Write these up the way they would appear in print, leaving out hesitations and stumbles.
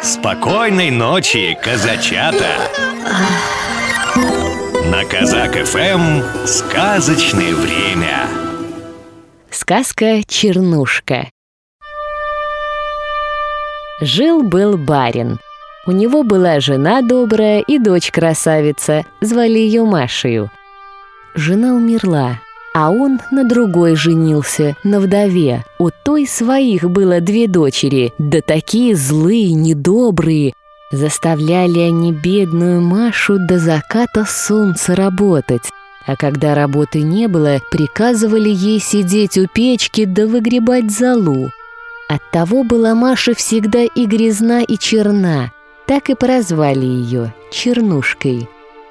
Спокойной ночи, казачата! На Казак ФМ сказочное время. Сказка «Чернушка». Жил-был барин. У него была жена добрая и дочь красавица, звали ее Машею. Жена умерла, а он на другой женился, на вдове. У той своих было 2 дочери, да такие злые, недобрые. Заставляли они бедную Машу до заката солнца работать. А когда работы не было, приказывали ей сидеть у печки да выгребать золу. Оттого была Маша всегда и грязна, и черна. Так и прозвали ее Чернушкой.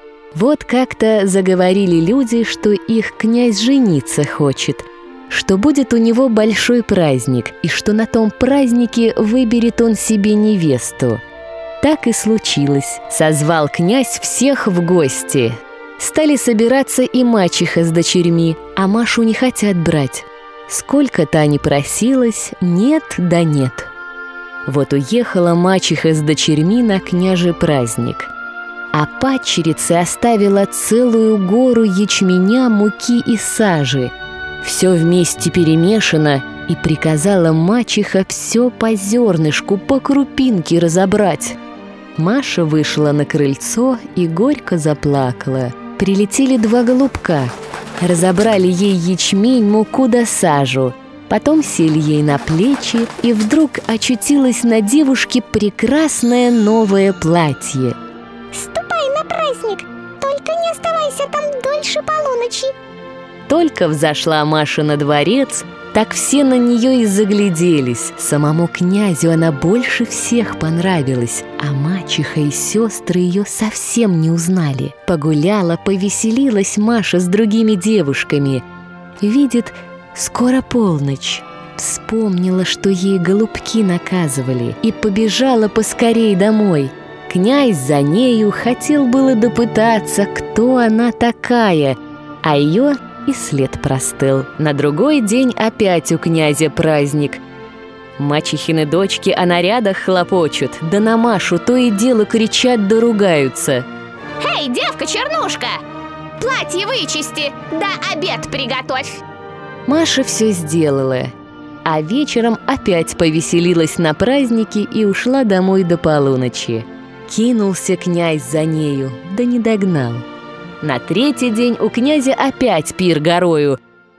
Вот как-то заговорили люди, что их князь жениться хочет, что будет у него большой праздник, и что на том празднике выберет он себе невесту. Так и случилось. Созвал князь всех в гости. Стали собираться и мачеха с дочерьми, а Машу не хотят брать. Сколько та ни просилась, нет да нет. Вот уехала мачеха с дочерьми на княжий праздник. А падчерица оставила целую гору ячменя, муки и сажи. Все вместе перемешано, и приказала мачеха все по зернышку, по крупинке разобрать. Маша вышла на крыльцо и горько заплакала. Прилетели 2 голубка, разобрали ей ячмень, муку да сажу. Потом сели ей на плечи, и вдруг очутилось на девушке прекрасное новое платье. «Ступай на праздник, только не оставайся там дольше полуночи!» Только взошла Маша на дворец, так все на нее и загляделись. Самому князю она больше всех понравилась, а мачеха и сестры ее совсем не узнали. Погуляла, повеселилась Маша с другими девушками. Видит, скоро полночь. Вспомнила, что ей голубки наказывали, и побежала поскорей домой. Князь за нею хотел было допытаться, кто она такая, а ее и след простыл. На другой день опять у князя праздник. Мачехины дочки о нарядах хлопочут, да на Машу то и дело кричат да ругаются. «Эй, девка Чернушка, платье вычисти, да обед приготовь!» Маша все сделала, а вечером опять повеселилась на празднике и ушла домой до полуночи. Кинулся князь за нею, да не догнал. На 3-й день у князя опять пир горою.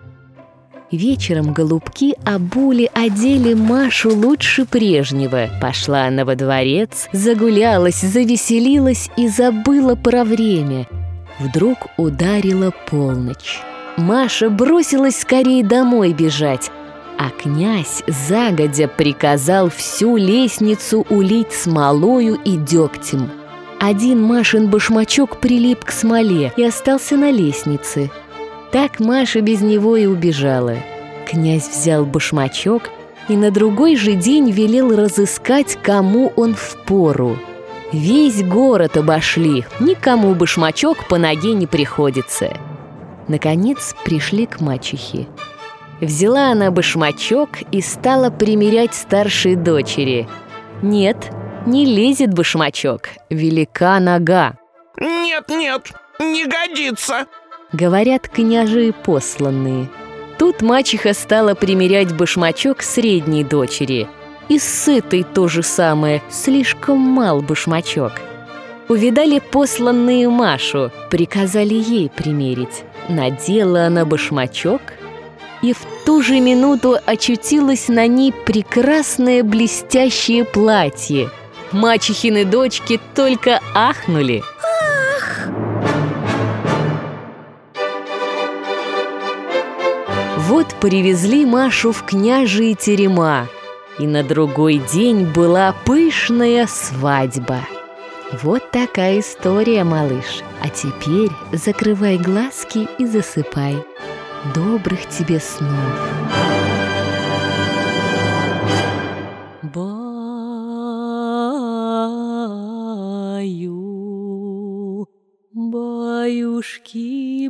Вечером голубки обули, одели Машу лучше прежнего. Пошла она во дворец, загулялась, завеселилась и забыла про время. Вдруг ударила полночь. Маша бросилась скорее домой бежать, а князь загодя приказал всю лестницу улить смолою и дегтем. Один Машин башмачок прилип к смоле и остался на лестнице. Так Маша без него и убежала. Князь взял башмачок и на другой же день велел разыскать, кому он впору. Весь город обошли, никому башмачок по ноге не приходится. Наконец пришли к мачехе. Взяла она башмачок и стала примерять старшей дочери. Нет, не лезет башмачок, велика нога. «Нет, не годится!» Говорят княжи посланные. Тут мачеха стала примерять башмачок средней дочери. И с этой то же самое, слишком мал башмачок. Увидали посланные Машу, приказали ей примерить. Надела она башмачок, и в ту же минуту очутилось на ней прекрасное блестящее платье. Мачехины дочки только ахнули. «Ах!» Вот привезли Машу в княжьи терема, и на другой день была пышная свадьба. Вот такая история, малыш. А теперь закрывай глазки и засыпай. Добрых тебе снов. Баю, баюшки,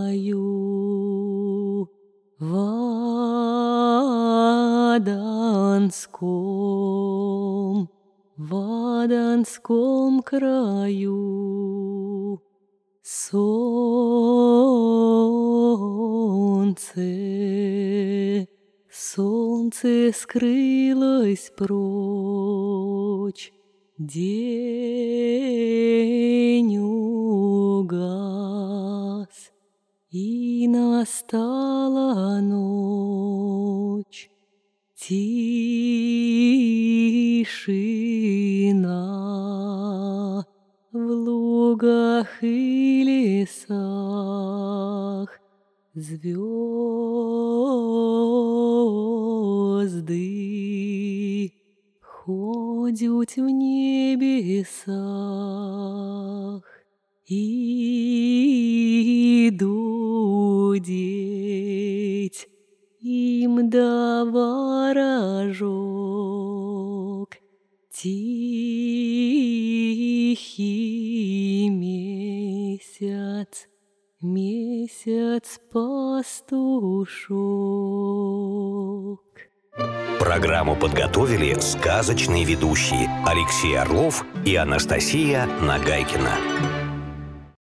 баю, в Аданском, в Донском краю солнце скрылось прочь, день угас, и настала ночь, тишина в лугах и лесах, звезды ходят в небесах, и дудеть им давай рожок, тихий месяц пастушок. Программу подготовили сказочные ведущие Алексей Орлов и Анастасия Нагайкина.